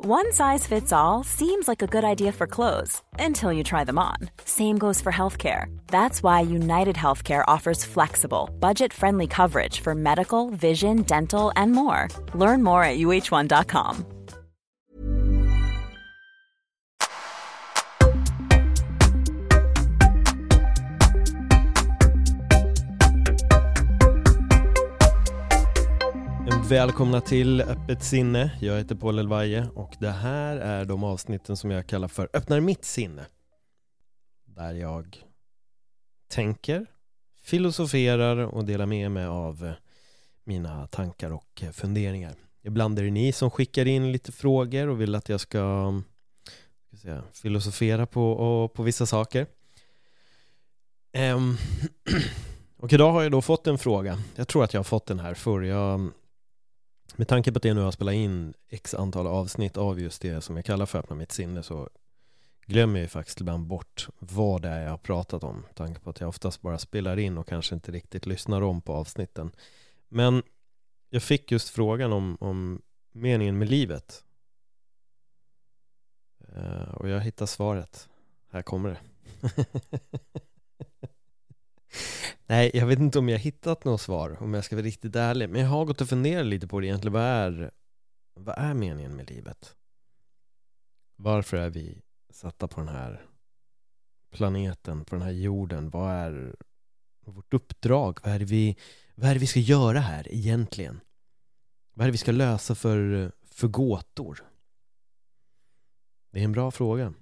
One size fits all seems like a good idea for clothes until you try them on. Same goes for healthcare. That's why United Healthcare offers flexible, budget-friendly coverage for medical, vision, dental, and more. Learn more at uh1.com. Välkomna till Öppet sinne. Jag heter Paul Elvaje och det här är de avsnitten som jag kallar för Öppnar mitt sinne. Där jag tänker, filosoferar och delar med mig av mina tankar och funderingar. Ibland är det ni som skickar in lite frågor och vill att jag ska filosofera på vissa saker. Och idag har jag då fått en fråga. Jag tror att jag har fått den här förr. Med tanke på att jag nu har spelat in x antal avsnitt av just det som jag kallar för Öppna mitt sinne, så glömmer jag faktiskt ibland bort vad det är jag har pratat om. Med tanke på att jag oftast bara spelar in och kanske inte riktigt lyssnar om på avsnitten. Men jag fick just frågan om meningen med livet. Och jag hittar svaret. Här kommer det. Nej, jag vet inte om jag har hittat något svar, om jag ska vara riktigt ärlig. Men jag har gått och funderat lite på det egentligen. Vad är meningen med livet? Varför är vi satta på den här planeten, på den här jorden? Vad är vårt uppdrag? Vad är det vi ska göra här egentligen? Vad är det vi ska lösa för gåtor? Det är en bra fråga.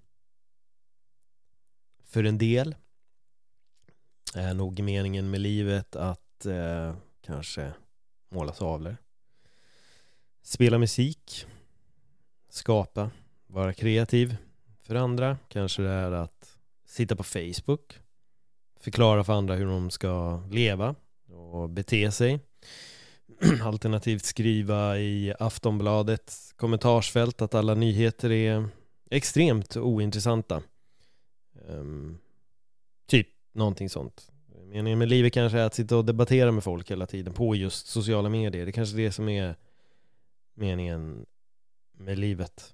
För en del är nog meningen med livet att kanske måla tavlor, spela musik, skapa, vara kreativ. För andra kanske det är att sitta på Facebook, förklara för andra hur de ska leva och bete sig. Alternativt skriva i Aftonbladets kommentarsfält att alla nyheter är extremt ointressanta. Typ någonting sånt. Meningen med livet kanske är att sitta och debattera med folk hela tiden på just sociala medier. Det är kanske det som är meningen med livet.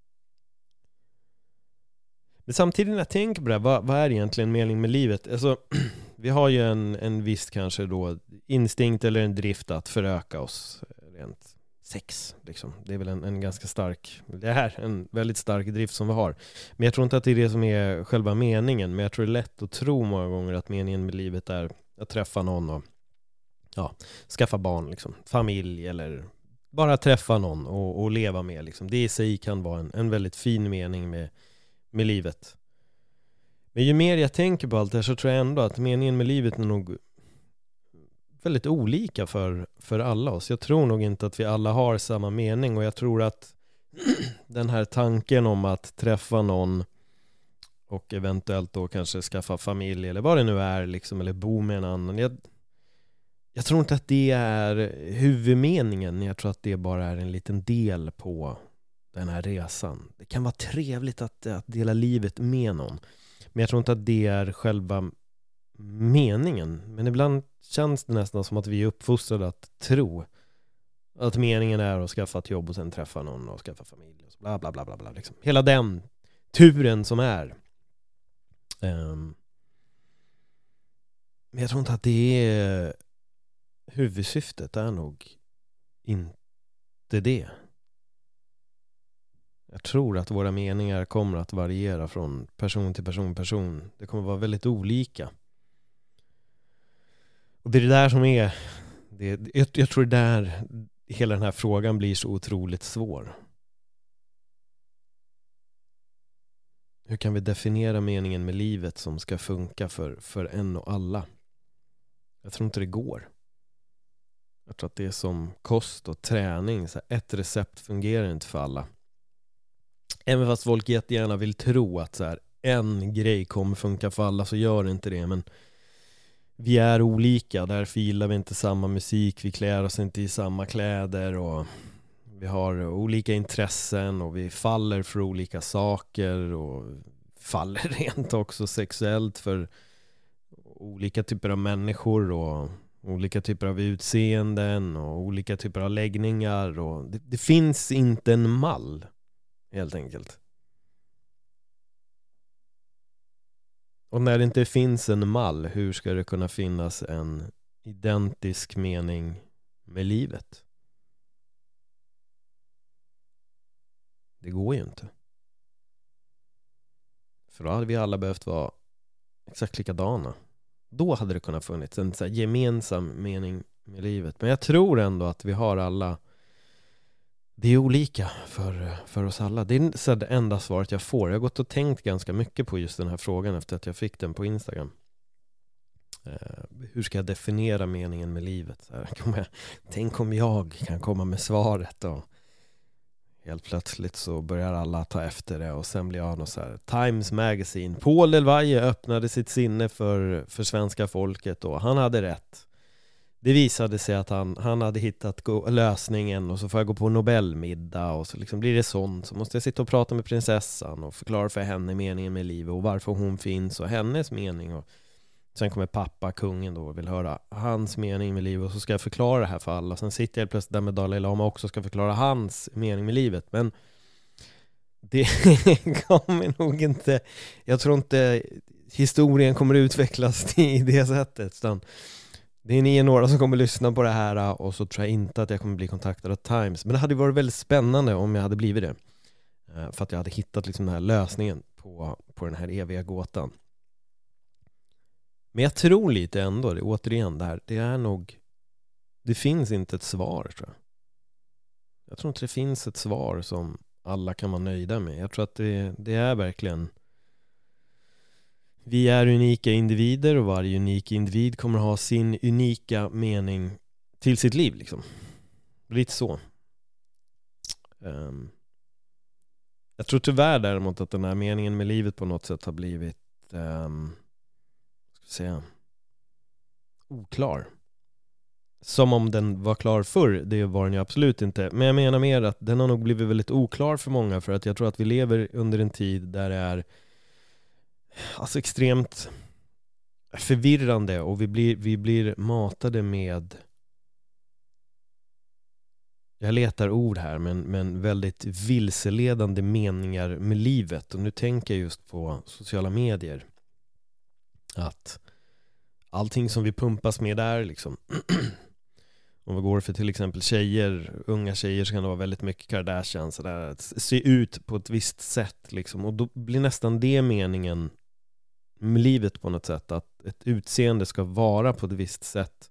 Men samtidigt när jag tänker på det, vad är egentligen meningen med livet? Alltså, vi har ju en viss kanske då instinkt eller en drift att föröka oss rent sex. Liksom. Det är väl en ganska stark, det är en väldigt stark drift som vi har. Men jag tror inte att det är det som är själva meningen. Men jag tror det är lätt att tro många gånger att meningen med livet är att träffa någon och skaffa barn, liksom, familj, eller bara träffa någon och leva med. Liksom. Det i sig kan vara en väldigt fin mening med livet. Men ju mer jag tänker på allt det här så tror jag ändå att meningen med livet är nog väldigt olika för alla oss. Jag tror nog inte att vi alla har samma mening, och jag tror att den här tanken om att träffa någon och eventuellt då kanske skaffa familj eller vad det nu är liksom, eller bo med en annan, jag tror inte att det är huvudmeningen. Jag tror att det bara är en liten del på den här resan. Det kan vara trevligt att dela livet med någon, men jag tror inte att det är själva meningen. Men ibland känns det nästan som att vi är uppfostrade att tro att meningen är att skaffa ett jobb och sen träffa någon och skaffa familj och bla bla bla bla, bla liksom. Hela den turen som är. Men jag tror inte att det är huvudsyftet. Det är nog inte det. Jag tror att våra meningar kommer att variera från person till person. Det kommer att vara väldigt olika. Och det är det där som är jag tror det där hela den här frågan blir så otroligt svår. Hur kan vi definiera meningen med livet som ska funka för en och alla? Jag tror inte det går. Jag tror att det är som kost och träning. Så ett recept fungerar inte för alla. Även fast folk jättegärna vill tro att så här, en grej kommer funka för alla, så gör det inte det. Men vi är olika, därför gillar vi inte samma musik, vi klär oss inte i samma kläder och vi har olika intressen och vi faller för olika saker och faller rent också sexuellt för olika typer av människor och olika typer av utseenden och olika typer av läggningar. Och det finns inte en mall helt enkelt. Och när det inte finns en mall, hur ska det kunna finnas en identisk mening med livet? Det går ju inte. För då hade vi alla behövt vara exakt likadana. Då hade det kunnat funnits en så här gemensam mening med livet. Men jag tror ändå att vi har alla, det är olika för oss alla. Det är så det enda svaret jag får. Jag har gått och tänkt ganska mycket på just den här frågan efter att jag fick den på Instagram. Hur ska jag definiera meningen med livet? Så här, tänk om jag kan komma med svaret och helt plötsligt så börjar alla ta efter det och sen blir jag något så här Times Magazine. Paul Elvaje öppnade sitt sinne för svenska folket och han hade rätt. Det visade sig att han hade hittat lösningen och så får jag gå på Nobelmiddag och så liksom blir det sånt. Så måste jag sitta och prata med prinsessan och förklara för henne meningen med livet och varför hon finns och hennes mening. Och sen kommer pappa, kungen då och vill höra hans mening med livet och så ska jag förklara det här för alla. Sen sitter jag plötsligt där med Dalai Lama också och ska förklara hans mening med livet. Men det kommer nog inte, jag tror inte historien kommer utvecklas i det sättet, utan det är ni och några som kommer lyssna på det här och så tror jag inte att jag kommer bli kontaktad av Times. Men det hade varit väldigt spännande om jag hade blivit det. För att jag hade hittat liksom den här lösningen på den här eviga gåtan. Men jag tror lite ändå, återigen det är nog, det finns inte ett svar tror jag. Jag tror inte det finns ett svar som alla kan vara nöjda med. Jag tror att det är verkligen, vi är unika individer och varje unik individ kommer ha sin unika mening till sitt liv liksom. Lite så. Jag tror tyvärr däremot att den här meningen med livet på något sätt har blivit oklar. Som om den var klar förr, det var den ju absolut inte. Men jag menar mer att den har nog blivit väldigt oklar för många, för att jag tror att vi lever under en tid där det är alltså extremt förvirrande och vi blir matade med, jag letar ord här, men väldigt vilseledande meningar med livet. Och nu tänker jag just på sociala medier. Att allting som vi pumpas med där liksom om vi går för till exempel unga tjejer, så kan det vara väldigt mycket Kardashian så där, att se ut på ett visst sätt liksom. Och då blir nästan det meningen med livet på något sätt, att ett utseende ska vara på ett visst sätt.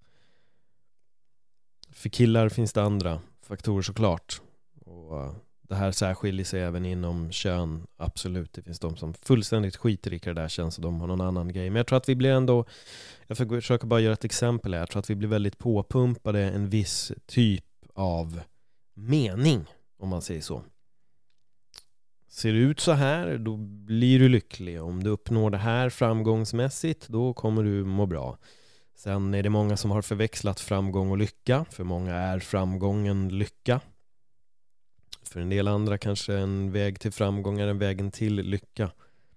För killar finns det andra faktorer såklart, och det här särskiljer sig även inom kön, absolut. Det finns de som fullständigt skiter i Kardashian så de har någon annan grej. Men jag tror att vi blir ändå, jag försöker bara göra ett exempel här, jag tror att vi blir väldigt påpumpade en viss typ av mening, om man säger så. Ser det ut så här, då blir du lycklig. Om du uppnår det här framgångsmässigt, då kommer du må bra. Sen är det många som har förväxlat framgång och lycka. För många är framgången lycka. För en del andra kanske en väg till framgång är en vägen till lycka.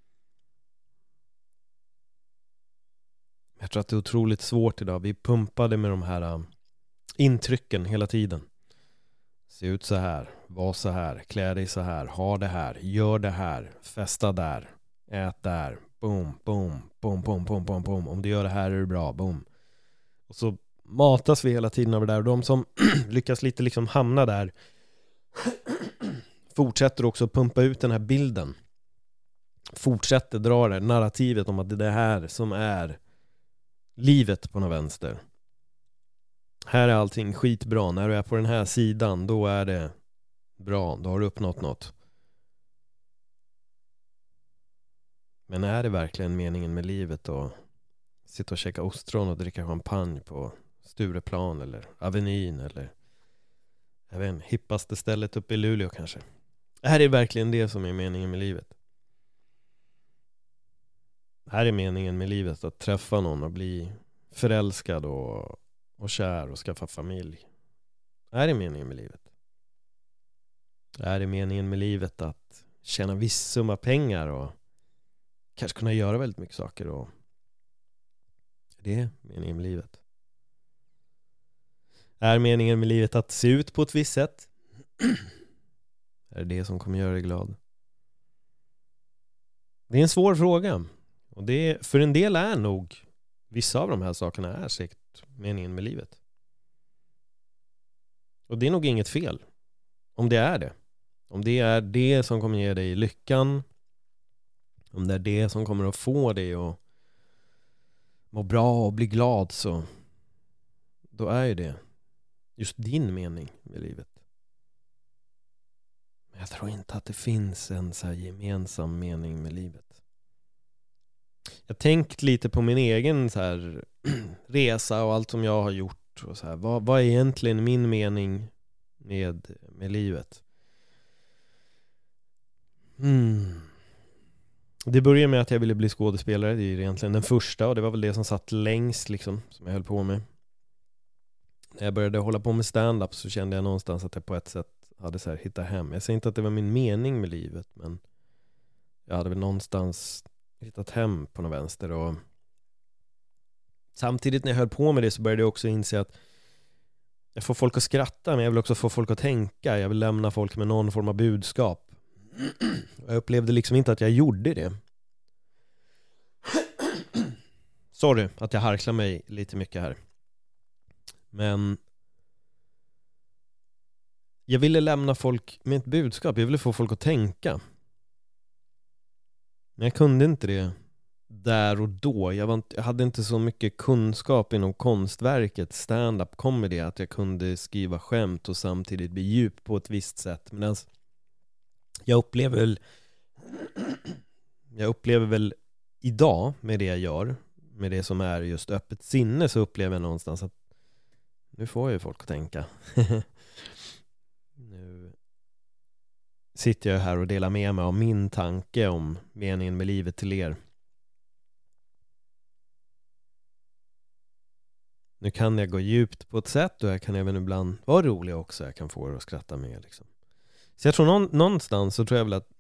Jag tror att det är otroligt svårt idag. Vi pumpade med de här intrycken hela tiden. Se ut så här, var så här, klä dig så här, ha det här, gör det här, festa där, ät där, boom, boom, boom, boom, boom, boom, boom. Om du gör det här är det bra, boom. Och så matas vi hela tiden av det där. Och de som lyckas lite liksom hamna där fortsätter också pumpa ut den här bilden. Fortsätter dra det narrativet om att det är det här som är livet på något vänster. Här är allting skitbra. När du är på den här sidan, då är det bra. Då har du uppnått något. Men är det verkligen meningen med livet att sitta och käka ostron och dricka champagne på Stureplan eller Avenyn eller jag vet inte, hippaste stället uppe i Luleå kanske? Är det verkligen det som är meningen med livet? Här är meningen med livet att träffa någon och bli förälskad och kär och skaffa familj. Är det meningen med livet? Är det meningen med livet att tjäna viss summa pengar och kanske kunna göra väldigt mycket saker? Och det är meningen med livet. Är meningen med livet att se ut på ett visst sätt? Är det som kommer göra dig glad? Det är en svår fråga. Och det, för en del är nog, vissa av de här sakerna är säkert meningen med livet. Och det är nog inget fel. Om det är det. Om det är det som kommer ge dig lyckan. Om det är det som kommer att få dig att må bra och bli glad, så då är ju det just din mening med livet. Men jag tror inte att det finns en så här gemensam mening med livet. Jag har tänkt lite på min egen så här resa och allt som jag har gjort. Och så här, vad är egentligen min mening med livet? Det började med att jag ville bli skådespelare. Det är egentligen den första, och det var väl det som satt längst liksom, som jag höll på med. När jag började hålla på med stand-up så kände jag någonstans att jag på ett sätt hade så här hittat hem. Jag säger inte att det var min mening med livet, men jag hade väl någonstans hittat hem på något vänster. Och samtidigt när jag höll på med det så började jag också inse att jag får folk att skratta, men jag vill också få folk att tänka. Jag vill lämna folk med någon form av budskap. Jag upplevde liksom inte att jag gjorde det. Sorry att jag harklar mig lite mycket här. Men jag ville lämna folk med ett budskap. Jag ville få folk att tänka. Men jag kunde inte det där och då. Jag hade inte så mycket kunskap inom konstverket, stand-up comedy, att jag kunde skriva skämt och samtidigt bli djup på ett visst sätt. Men jag upplever väl idag med det jag gör, med det som är just öppet sinne, så upplever jag någonstans att nu får jag folk att tänka. Nu sitter jag här och delar med mig av min tanke om meningen med livet till er. Nu kan jag gå djupt på ett sätt, och jag kan även ibland vara rolig också. Jag kan få er att skratta med liksom. Så jag tror någonstans så tror jag väl att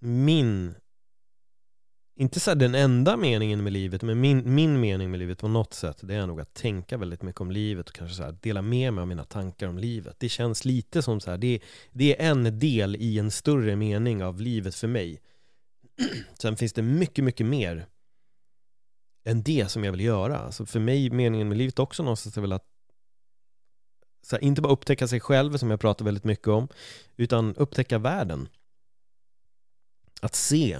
inte så här den enda meningen med livet, men min mening med livet på något sätt, det är nog att tänka väldigt mycket om livet och kanske så här dela med mig av mina tankar om livet. Det känns lite som så här, det är en del i en större mening av livet för mig. Sen finns det mycket, mycket mer än det som jag vill göra. Alltså för mig, meningen med livet också någonstans är väl att så här, inte bara upptäcka sig själv, som jag pratar väldigt mycket om, utan upptäcka världen. Att se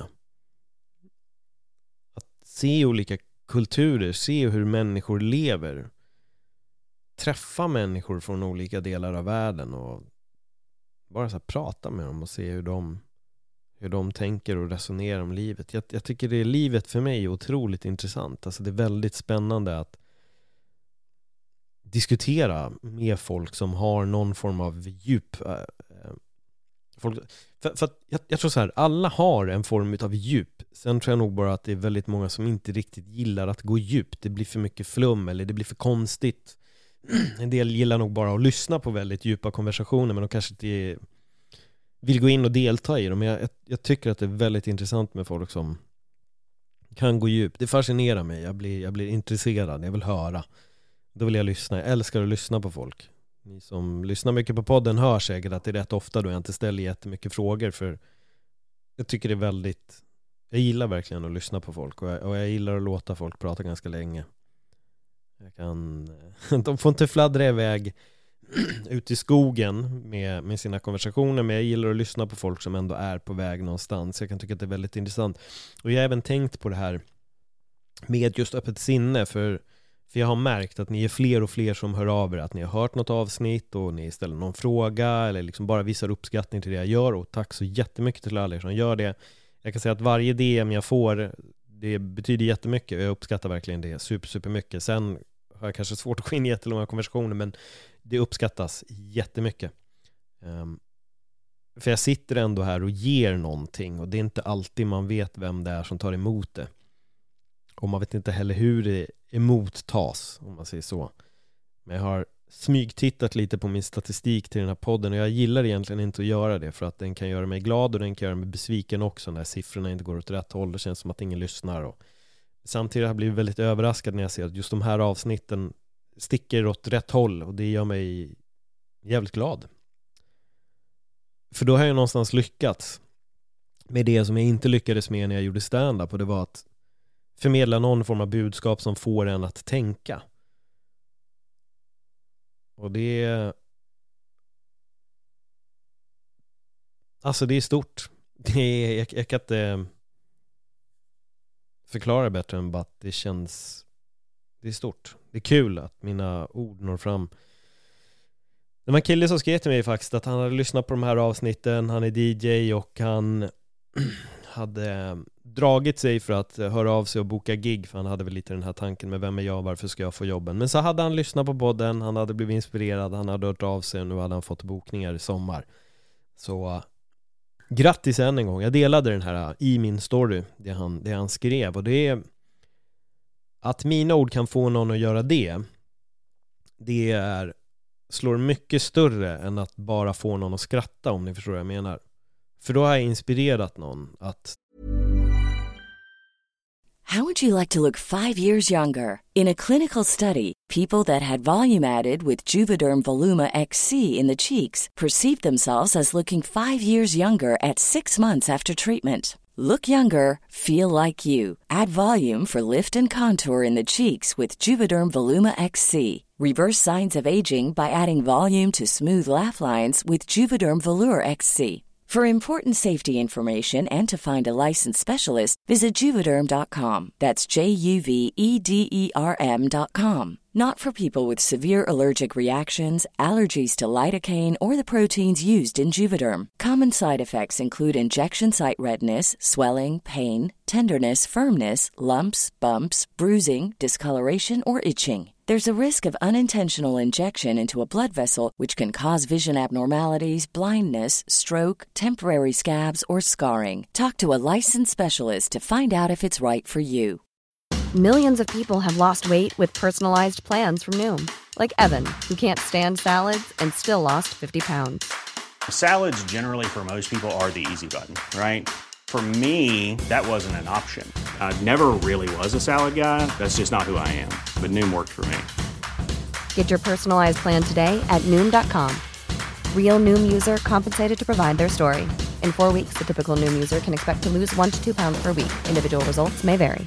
olika kulturer, se hur människor lever, träffa människor från olika delar av världen och bara så här prata med dem och se hur de tänker och resonerar om livet. Jag tycker det är livet för mig är otroligt intressant. Alltså det är väldigt spännande att diskutera med folk som har någon form av djup. För att jag tror så här, alla har en form av djup. Sen tror jag nog bara att det är väldigt många som inte riktigt gillar att gå djupt. Det blir för mycket flum eller det blir för konstigt. En del gillar nog bara att lyssna på väldigt djupa konversationer, men de kanske inte vill gå in och delta i dem. Men jag tycker att det är väldigt intressant med folk som kan gå djupt. Det fascinerar mig. Jag blir intresserad. Jag vill höra. Då vill jag lyssna. Jag älskar att lyssna på folk. Ni som lyssnar mycket på podden hör säkert att det är rätt ofta då jag inte ställer jättemycket frågor, för jag tycker det är väldigt, jag gillar verkligen att lyssna på folk, och jag gillar att låta folk prata ganska länge. De får inte fladdra iväg ut i skogen med sina konversationer, men jag gillar att lyssna på folk som ändå är på väg någonstans. Jag kan tycka att det är väldigt intressant. Och jag har även tänkt på det här med just öppet sinne, för jag har märkt att ni är fler och fler som hör av er, att ni har hört något avsnitt och ni ställer någon fråga eller liksom bara visar uppskattning till det jag gör, och tack så jättemycket till alla er som gör det. Jag kan säga att varje DM jag får, det betyder jättemycket, och jag uppskattar verkligen det super mycket. Sen har jag kanske svårt att gå in i jättelånga konversationer, men det uppskattas jättemycket. För jag sitter ändå här och ger någonting, och det är inte alltid man vet vem det är som tar emot det. Och man vet inte heller hur det emottas, om man säger så. Men jag har smygtittat lite på min statistik till den här podden, och jag gillar egentligen inte att göra det, för att den kan göra mig glad och den kan göra mig besviken också när siffrorna inte går åt rätt håll. Det känns som att ingen lyssnar. Och samtidigt har jag blivit väldigt överraskad när jag ser att just de här avsnitten sticker åt rätt håll, och det gör mig jävligt glad. För då har jag någonstans lyckats med det som jag inte lyckades med när jag gjorde stand-up, och det var att förmedla någon form av budskap som får en att tänka. Och det är alltså det är stort. Jag kan inte förklara bättre än bara att det är stort. Det är kul att mina ord når fram. Det var en kille som skrev till mig faktiskt att han hade lyssnat på de här avsnitten. Han är DJ och han hade dragit sig för att höra av sig och boka gig, för han hade väl lite den här tanken med vem är jag, varför ska jag få jobben. Men så hade han lyssnat på podden, han hade blivit inspirerad, han hade hört av sig och nu hade han fått bokningar i sommar. Så grattis än en gång. Jag delade den här i min story, det han skrev, och det är att mina ord kan få någon att göra det slår mycket större än att bara få någon att skratta, om ni förstår vad jag menar. För då har jag inspirerat någon att... How would you like to look 5 years younger? In a clinical study, people that had volume added with Juvederm Voluma XC in the cheeks perceived themselves as looking 5 years younger at 6 months after treatment. Look younger, feel like you. Add volume for lift and contour in the cheeks with Juvederm Voluma XC. Reverse signs of aging by adding volume to smooth laugh lines with Juvederm Volure XC. For important safety information and to find a licensed specialist, visit Juvederm.com. That's JUVEDERM.com. Not for people with severe allergic reactions, allergies to lidocaine, or the proteins used in Juvederm. Common side effects include injection site redness, swelling, pain, tenderness, firmness, lumps, bumps, bruising, discoloration, or itching. There's a risk of unintentional injection into a blood vessel, which can cause vision abnormalities, blindness, stroke, temporary scabs, or scarring. Talk to a licensed specialist to find out if it's right for you. Millions of people have lost weight with personalized plans from Noom. Like Evan, who can't stand salads and still lost 50 pounds. Salads generally for most people are the easy button, right? For me, that wasn't an option. I never really was a salad guy. That's just not who I am. But Noom worked for me. Get your personalized plan today at Noom.com. Real Noom user compensated to provide their story. In 4 weeks, the typical Noom user can expect to lose 1 to 2 pounds per week. Individual results may vary.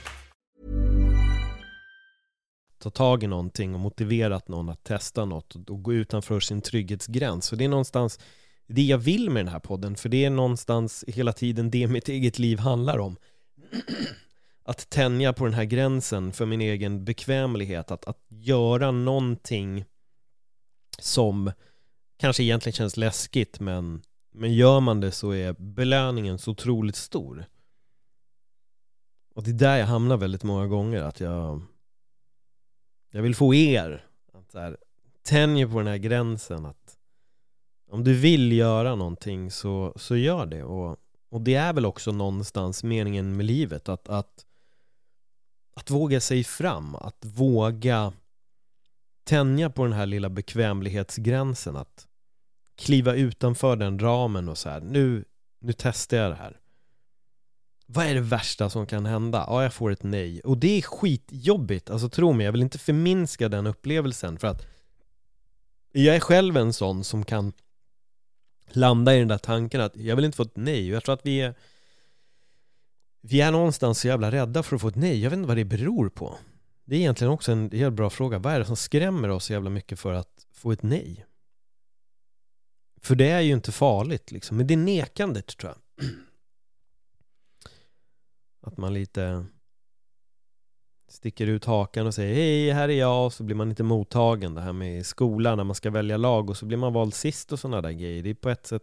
Ta tag i någonting och motiverat någon att testa något och gå utanför sin trygghetsgräns. Så det är någonstans det jag vill med den här podden, för det är någonstans hela tiden det mitt eget liv handlar om. Att tänja på den här gränsen för min egen bekvämlighet, att göra någonting som kanske egentligen känns läskigt, men gör man det så är belöningen så otroligt stor. Och det är där jag hamnar väldigt många gånger, att jag vill få er att så här, tänja på den här gränsen, att om du vill göra någonting så gör det. Och det är väl också någonstans meningen med livet, att våga sig fram, att våga tänja på den här lilla bekvämlighetsgränsen, att kliva utanför den ramen och så här, nu testar jag det här. Vad är det värsta som kan hända? Ja, jag får ett nej. Och det är skitjobbigt, alltså tro mig, jag vill inte förminska den upplevelsen, för att jag är själv en sån som kan landa i den där tanken att jag vill inte få ett nej. Jag tror att vi är någonstans så jävla rädda för att få ett nej. Jag vet inte vad det beror på. Det är egentligen också en helt bra fråga. Vad är det som skrämmer oss så jävla mycket för att få ett nej? För det är ju inte farligt liksom. Men det är nekandet, tror jag. Att man lite sticker ut hakan och säger hej, här är jag, och så blir man inte mottagen. Det här med skolan när man ska välja lag och så blir man vald sist och sådana där grejer. Det är på ett sätt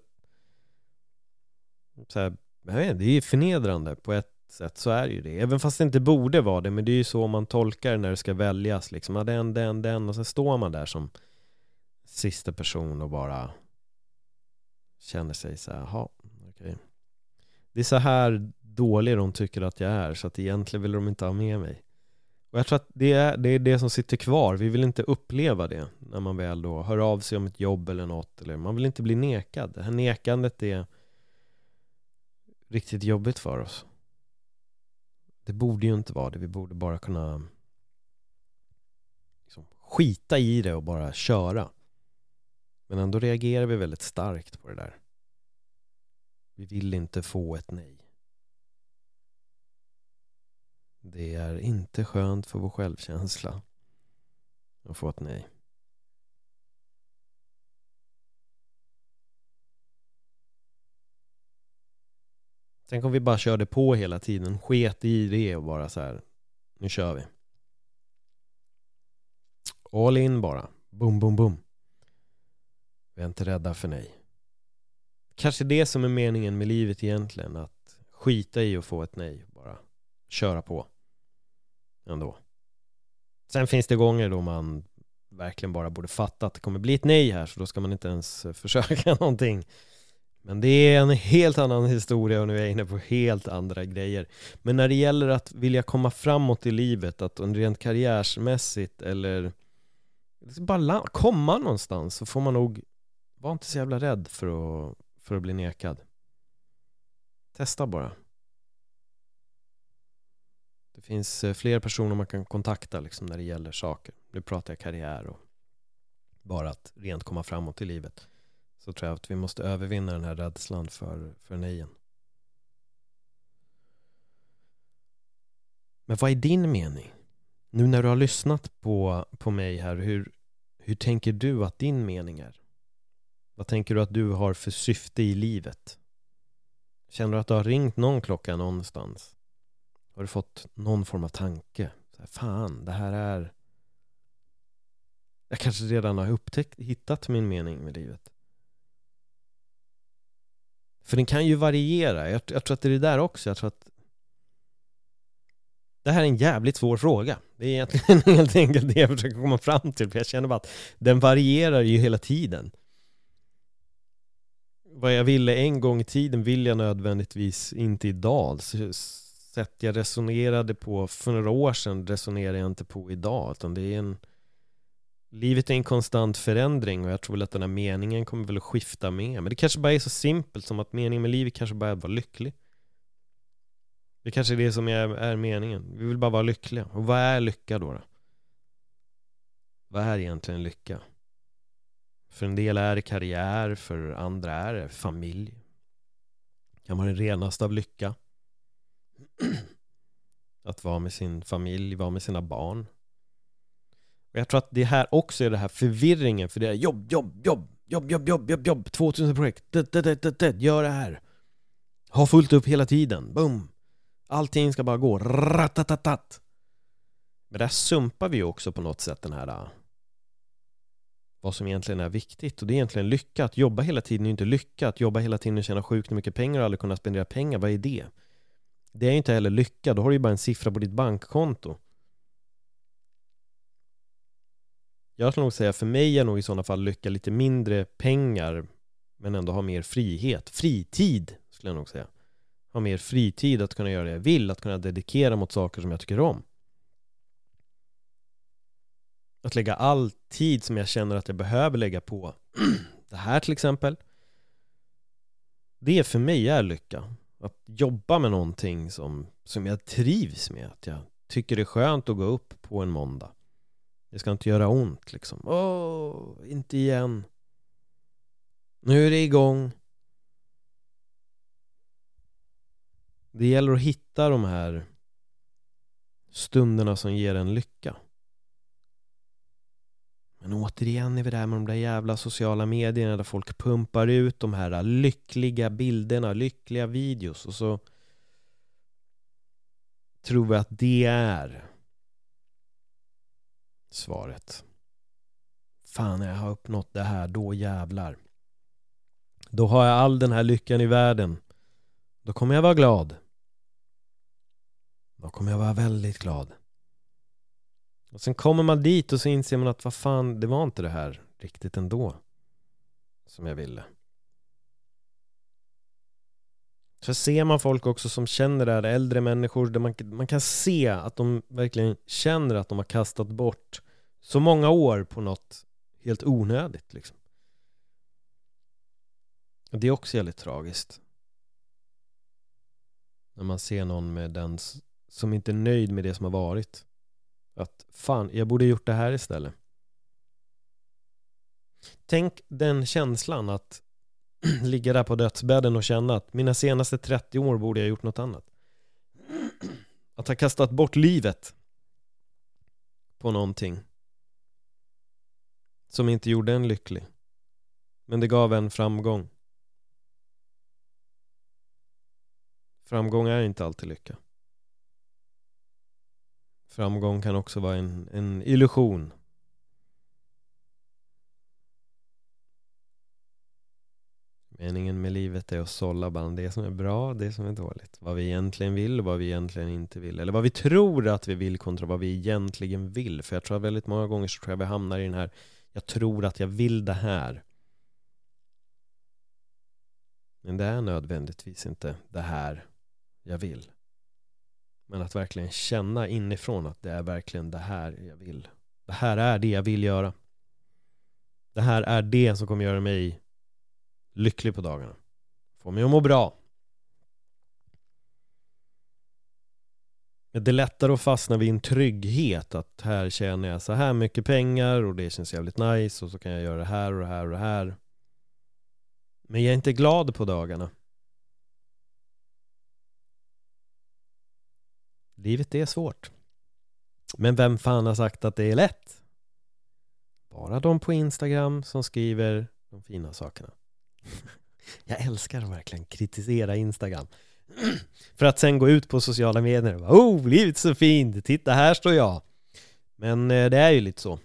så här, jag vet inte, det är förnedrande på ett sätt, så är det ju det. Även fast det inte borde vara det, men det är ju så man tolkar när det ska väljas liksom. Ja, den och så står man där som sista person och bara känner sig så här, jaha, okej. Det är så här dålig de tycker att jag är, så att egentligen vill de inte ha med mig. Och jag tror att det är det som sitter kvar. Vi vill inte uppleva det när man väl då hör av sig om ett jobb eller något. Eller man vill inte bli nekad. Det här nekandet är riktigt jobbigt för oss. Det borde ju inte vara det. Vi borde bara kunna liksom skita i det och bara köra. Men ändå reagerar vi väldigt starkt på det där. Vi vill inte få ett nej. Det är inte skönt för vår självkänsla att få ett nej. Tänk om vi bara körde på hela tiden, sket i det och bara så här, nu kör vi. All in bara. Boom, boom, boom. Vi är inte rädda för nej. Kanske det som är meningen med livet egentligen, att skita i och få ett nej. Bara köra på. Ändå. Sen finns det gånger då man verkligen bara borde fatta att det kommer bli ett nej här, så då ska man inte ens försöka någonting. Men det är en helt annan historia och nu är jag inne på helt andra grejer. Men när det gäller att vilja komma framåt i livet, att rent karriärsmässigt eller bara komma någonstans, så får man nog vara inte så jävla rädd för att bli nekad. Testa bara. Det finns fler personer man kan kontakta liksom, när det gäller saker. Nu pratar jag karriär och bara att rent komma framåt i livet. Så tror jag att vi måste övervinna den här rädslan för nejen. Men vad är din mening? Nu när du har lyssnat på mig här, hur tänker du att din mening är? Vad tänker du att du har för syfte i livet? Känner du att du har ringt någon klocka någonstans? Har du fått någon form av tanke? Så här, fan, det här är... Jag kanske redan har hittat min mening med livet. För den kan ju variera. Jag tror att det är det där också. Jag tror att det här är en jävligt svår fråga. Det är egentligen helt enkelt det jag försöker komma fram till. För jag känner bara att den varierar ju hela tiden. Vad jag ville en gång i tiden vill jag nödvändigtvis inte idag. Sätt jag resonerade på för några år sedan resonerar jag inte på idag. Utan det är livet är en konstant förändring och jag tror väl att den här meningen kommer väl att skifta med. Men det kanske bara är så simpelt som att meningen med livet kanske bara är att vara lycklig. Det kanske är det som är meningen. Vi vill bara vara lyckliga. Och vad är lycka då? Vad är egentligen lycka? För en del är det karriär, för andra är det familj. Kan vara den renaste av lycka. Att vara med sin familj, vara med sina barn. Och jag tror att det här också är det här förvirringen. För det är jobb. 2000 projekt. Gör det här. Ha fullt upp hela tiden. Boom. Allting ska bara gå. Ratatatat. Men där sumpar vi ju också på något sätt den här... Vad som egentligen är viktigt. Och det är egentligen lycka. Att jobba hela tiden är inte lycka. Att jobba hela tiden och tjäna sjukt mycket pengar och aldrig kunna spendera pengar. Vad är det? Det är inte heller lycka. Då har du ju bara en siffra på ditt bankkonto. Jag skulle nog säga för mig är nog i sådana fall lycka lite mindre pengar men ändå ha mer frihet. Fritid skulle jag nog säga. Ha mer fritid att kunna göra det jag vill. Att kunna dedikera mot saker som jag tycker om. Att lägga all tid som jag känner att jag behöver lägga på det här till exempel. Det för mig är lycka. Att jobba med någonting som jag trivs med. Att jag tycker det är skönt att gå upp på en måndag. Det ska inte göra ont liksom. Inte igen. Nu är det igång. Det gäller att hitta de här stunderna som ger en lycka. Men återigen är vi där med de där jävla sociala medierna där folk pumpar ut de här lyckliga bilderna, lyckliga videos och så tror vi att det är svaret. Fan, jag har uppnått det här, då jävlar. Då har jag all den här lyckan i världen. Då kommer jag vara glad. Då kommer jag vara väldigt glad. Och sen kommer man dit och så inser man att vad fan, det var inte det här riktigt ändå som jag ville. Så ser man folk också som känner det här, äldre människor där man kan se att de verkligen känner att de har kastat bort så många år på något helt onödigt liksom. Och det är också väldigt tragiskt. När man ser någon med den som inte är nöjd med det som har varit. Att fan, jag borde gjort det här istället. Tänk den känslan att ligga där på dödsbädden och känna att mina senaste 30 år borde jag gjort något annat. Att ha kastat bort livet på någonting som inte gjorde en lycklig. Men det gav en framgång. Framgång är inte alltid lycka. Framgång kan också vara en illusion. Meningen med livet är att sålla bland det som är bra, det som är dåligt. Vad vi egentligen vill och vad vi egentligen inte vill. Eller vad vi tror att vi vill kontra vad vi egentligen vill. För jag tror att väldigt många gånger så tror jag vi hamnar i den här, jag tror att jag vill det här. Men det är nödvändigtvis inte det här jag vill. Men att verkligen känna inifrån att det är verkligen det här jag vill. Det här är det jag vill göra. Det här är det som kommer göra mig lycklig på dagarna. Få mig att må bra. Det är lättare att fastna vid en trygghet. Att här tjänar jag så här mycket pengar och det känns jävligt nice och så kan jag göra det här och det här och det här. Men jag är inte glad på dagarna. Livet är svårt. Men vem fan har sagt att det är lätt? Bara de på Instagram som skriver de fina sakerna. Jag älskar att verkligen kritisera Instagram. För att sen gå ut på sociala medier och bara, oh, livet är så fint, titta här står jag. Men det är ju lite så.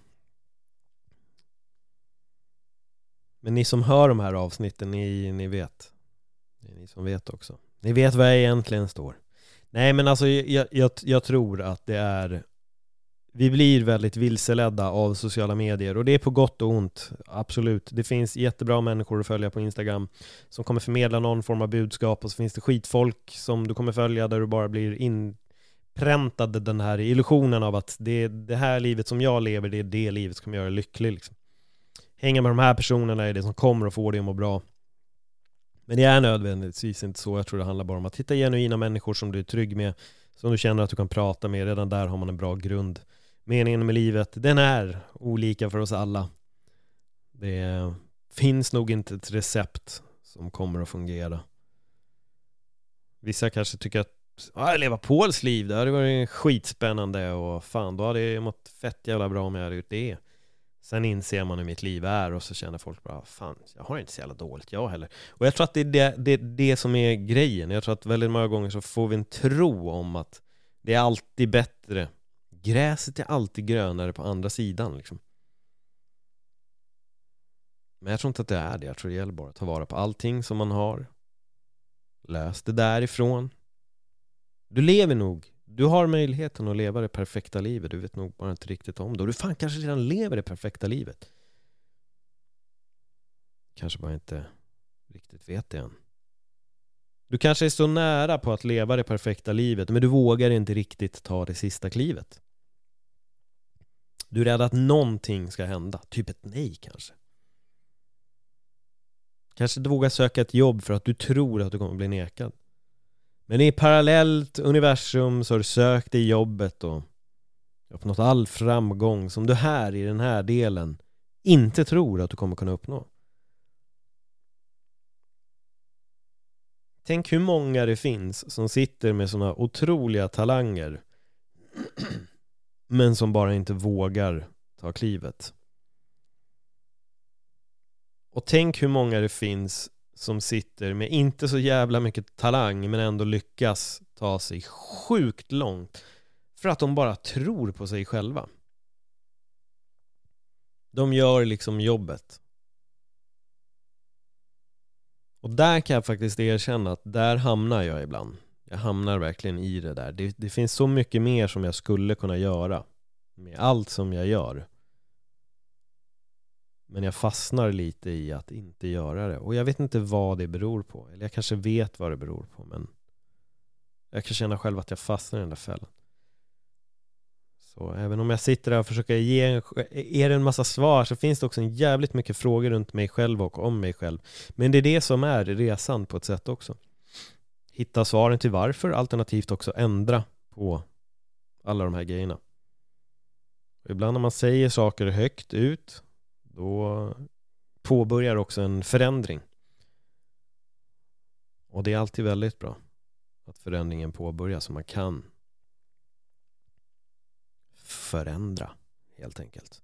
Men ni som hör de här avsnitten, ni vet. Det är ni som vet också. Ni vet vad jag egentligen står. Nej, men alltså jag tror att det är, vi blir väldigt vilseledda av sociala medier och det är på gott och ont, absolut. Det finns jättebra människor att följa på Instagram som kommer förmedla någon form av budskap och så finns det skitfolk som du kommer följa där du bara blir inpräntad den här illusionen av att det här livet som jag lever, det är det livet som kommer göra lycklig liksom. Hänga med de här personerna är det som kommer att få dig att må bra. Men det är nödvändigtvis inte så. Jag tror det handlar bara om att hitta genuina människor som du är trygg med, som du känner att du kan prata med. Redan där har man en bra grund. Meningen med livet, den är olika för oss alla. Det finns nog inte ett recept som kommer att fungera. Vissa kanske tycker att leva Pauls liv, det hade varit skitspännande och fan, då hade jag mått fett jävla bra om jag hade gjort det. Sen inser man hur mitt liv är och så känner folk bara, fan, jag har inte så jävla dåligt jag heller. Och jag tror att det är det som är grejen. Jag tror att väldigt många gånger så får vi en tro om att det är alltid bättre. Gräset är alltid grönare på andra sidan liksom. Men jag tror inte att det är det. Jag tror det gäller bara att ta vara på allting som man har. Lös det därifrån. Du lever nog. Du har möjligheten att leva det perfekta livet. Du vet nog bara inte riktigt om det. Och du fan kanske redan lever det perfekta livet. Kanske bara inte riktigt vet det än. Du kanske är så nära på att leva det perfekta livet, men du vågar inte riktigt ta det sista klivet. Du är rädd att någonting ska hända. Typ ett nej kanske. Kanske du vågar söka ett jobb för att du tror att du kommer bli nekad. Men i parallellt universum så har du sökt det jobbet och uppnått all framgång som du här i den här delen inte tror att du kommer kunna uppnå. Tänk hur många det finns som sitter med såna otroliga talanger men som bara inte vågar ta klivet. Och tänk hur många det finns som sitter med inte så jävla mycket talang men ändå lyckas ta sig sjukt långt för att de bara tror på sig själva. De gör liksom jobbet. Och där kan jag faktiskt erkänna att där hamnar jag ibland. Jag hamnar verkligen i det där. Det finns så mycket mer som jag skulle kunna göra med allt som jag gör. Men jag fastnar lite i att inte göra det. Och jag vet inte vad det beror på. Eller jag kanske vet vad det beror på. Men jag kan känna själv att jag fastnar i den där fällan. Så även om jag sitter där och försöker ge er en massa svar, så finns det också en jävligt mycket frågor runt mig själv och om mig själv. Men det är det som är resan på ett sätt också. Hitta svaren till varför, alternativt också ändra på alla de här grejerna. Och ibland när man säger saker högt ut, då påbörjar också en förändring. Och det är alltid väldigt bra att förändringen påbörjas så man kan förändra helt enkelt.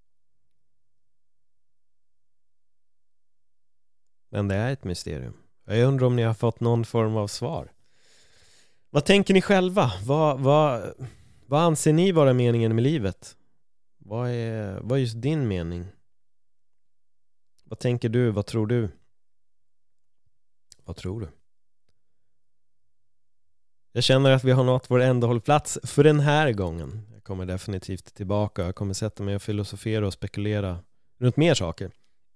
Men det är ett mysterium. Jag undrar om ni har fått någon form av svar. Vad tänker ni själva? Vad anser ni vara meningen med livet? Vad är just din mening? Vad tänker du? Vad tror du? Vad tror du? Jag känner att vi har nått vår ändhållplats för den här gången. Jag kommer definitivt tillbaka. Jag kommer sätta mig och filosofera och spekulera runt mer saker.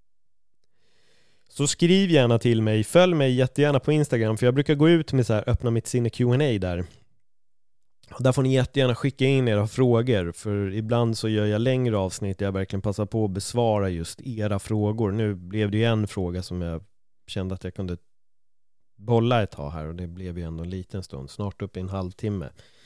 Så skriv gärna till mig. Följ mig jättegärna på Instagram. För jag brukar gå ut med så här öppna mitt sinne Q&A där. Och där får ni jättegärna skicka in era frågor. För ibland så gör jag längre avsnitt där jag verkligen passar på att besvara just era frågor. Nu blev det ju en fråga som jag kände att jag kunde bolla ett tag här. Och det blev ju ändå en liten stund. Snart upp i en halvtimme.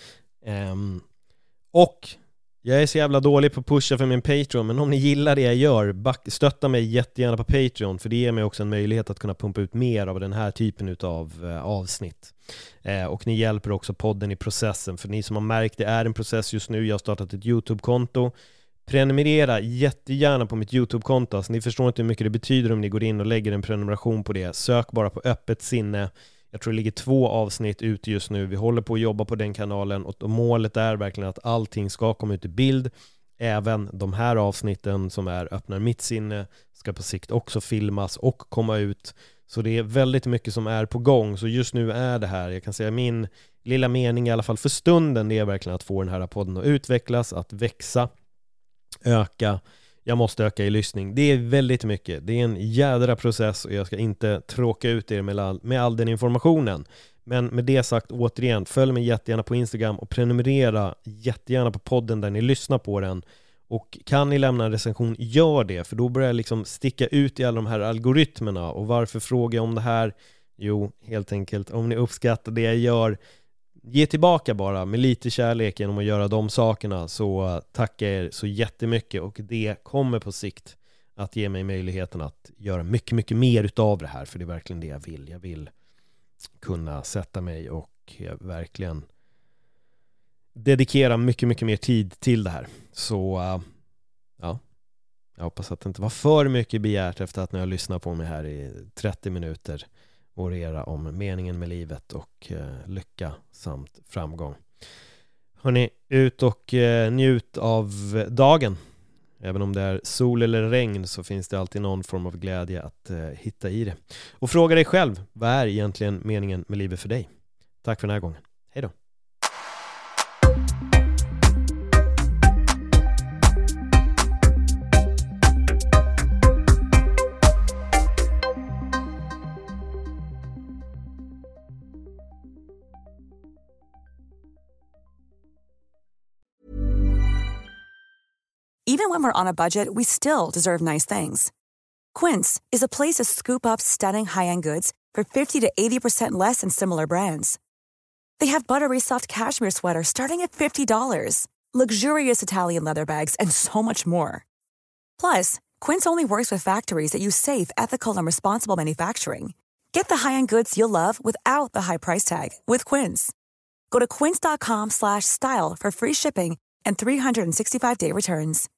Och jag är så jävla dålig på att pusha för min Patreon. Men om ni gillar det jag gör, stötta mig jättegärna på Patreon. För det ger mig också en möjlighet att kunna pumpa ut mer av den här typen av avsnitt. Och ni hjälper också podden i processen. För ni som har märkt, det är en process just nu. Jag har startat ett YouTube-konto. Prenumerera jättegärna på mitt YouTube-konto. Alltså, ni förstår inte hur mycket det betyder om ni går in och lägger en prenumeration på det. Sök bara på öppet sinne. Jag tror det ligger 2 avsnitt ute just nu. Vi håller på att jobba på den kanalen. Och målet är verkligen att allting ska komma ut i bild. Även de här avsnitten som är öppnar mitt sinne ska på sikt också filmas och komma ut. Så det är väldigt mycket som är på gång. Så just nu är det här, jag kan säga min lilla mening i alla fall för stunden, det är verkligen att få den här podden att utvecklas, att växa, öka. Jag måste öka i lyssning. Det är väldigt mycket. Det är en jädra process och jag ska inte tråka ut er med all den informationen. Men med det sagt, återigen, följ mig jättegärna på Instagram och prenumerera jättegärna på podden där ni lyssnar på den. Och kan ni lämna en recension, gör det. För då börjar jag liksom sticka ut i alla de här algoritmerna. Och varför frågar jag om det här? Jo, helt enkelt, om ni uppskattar det jag gör, ge tillbaka bara med lite kärlek genom att göra de sakerna. Så tackar er så jättemycket. Och det kommer på sikt att ge mig möjligheten att göra mycket, mycket mer utav det här. För det är verkligen det jag vill. Jag vill kunna sätta mig och verkligen dedikera mycket, mycket mer tid till det här. Så ja, jag hoppas att det inte var för mycket begärt efter att ni har lyssnat på mig här i 30 minuter orera om meningen med livet och lycka samt framgång. Hörrni, ut och njut av dagen. Även om det är sol eller regn så finns det alltid någon form av glädje att hitta i det. Och fråga dig själv, vad är egentligen meningen med livet för dig? Tack för den här gången. Hej då! Even when we're on a budget, we still deserve nice things. Quince is a place to scoop up stunning high-end goods for 50 to 80% less than similar brands. They have buttery soft cashmere sweaters starting at $50, luxurious Italian leather bags, and so much more. Plus, Quince only works with factories that use safe, ethical, and responsible manufacturing. Get the high-end goods you'll love without the high price tag with Quince. Go to quince.com/style for free shipping and 365-day returns.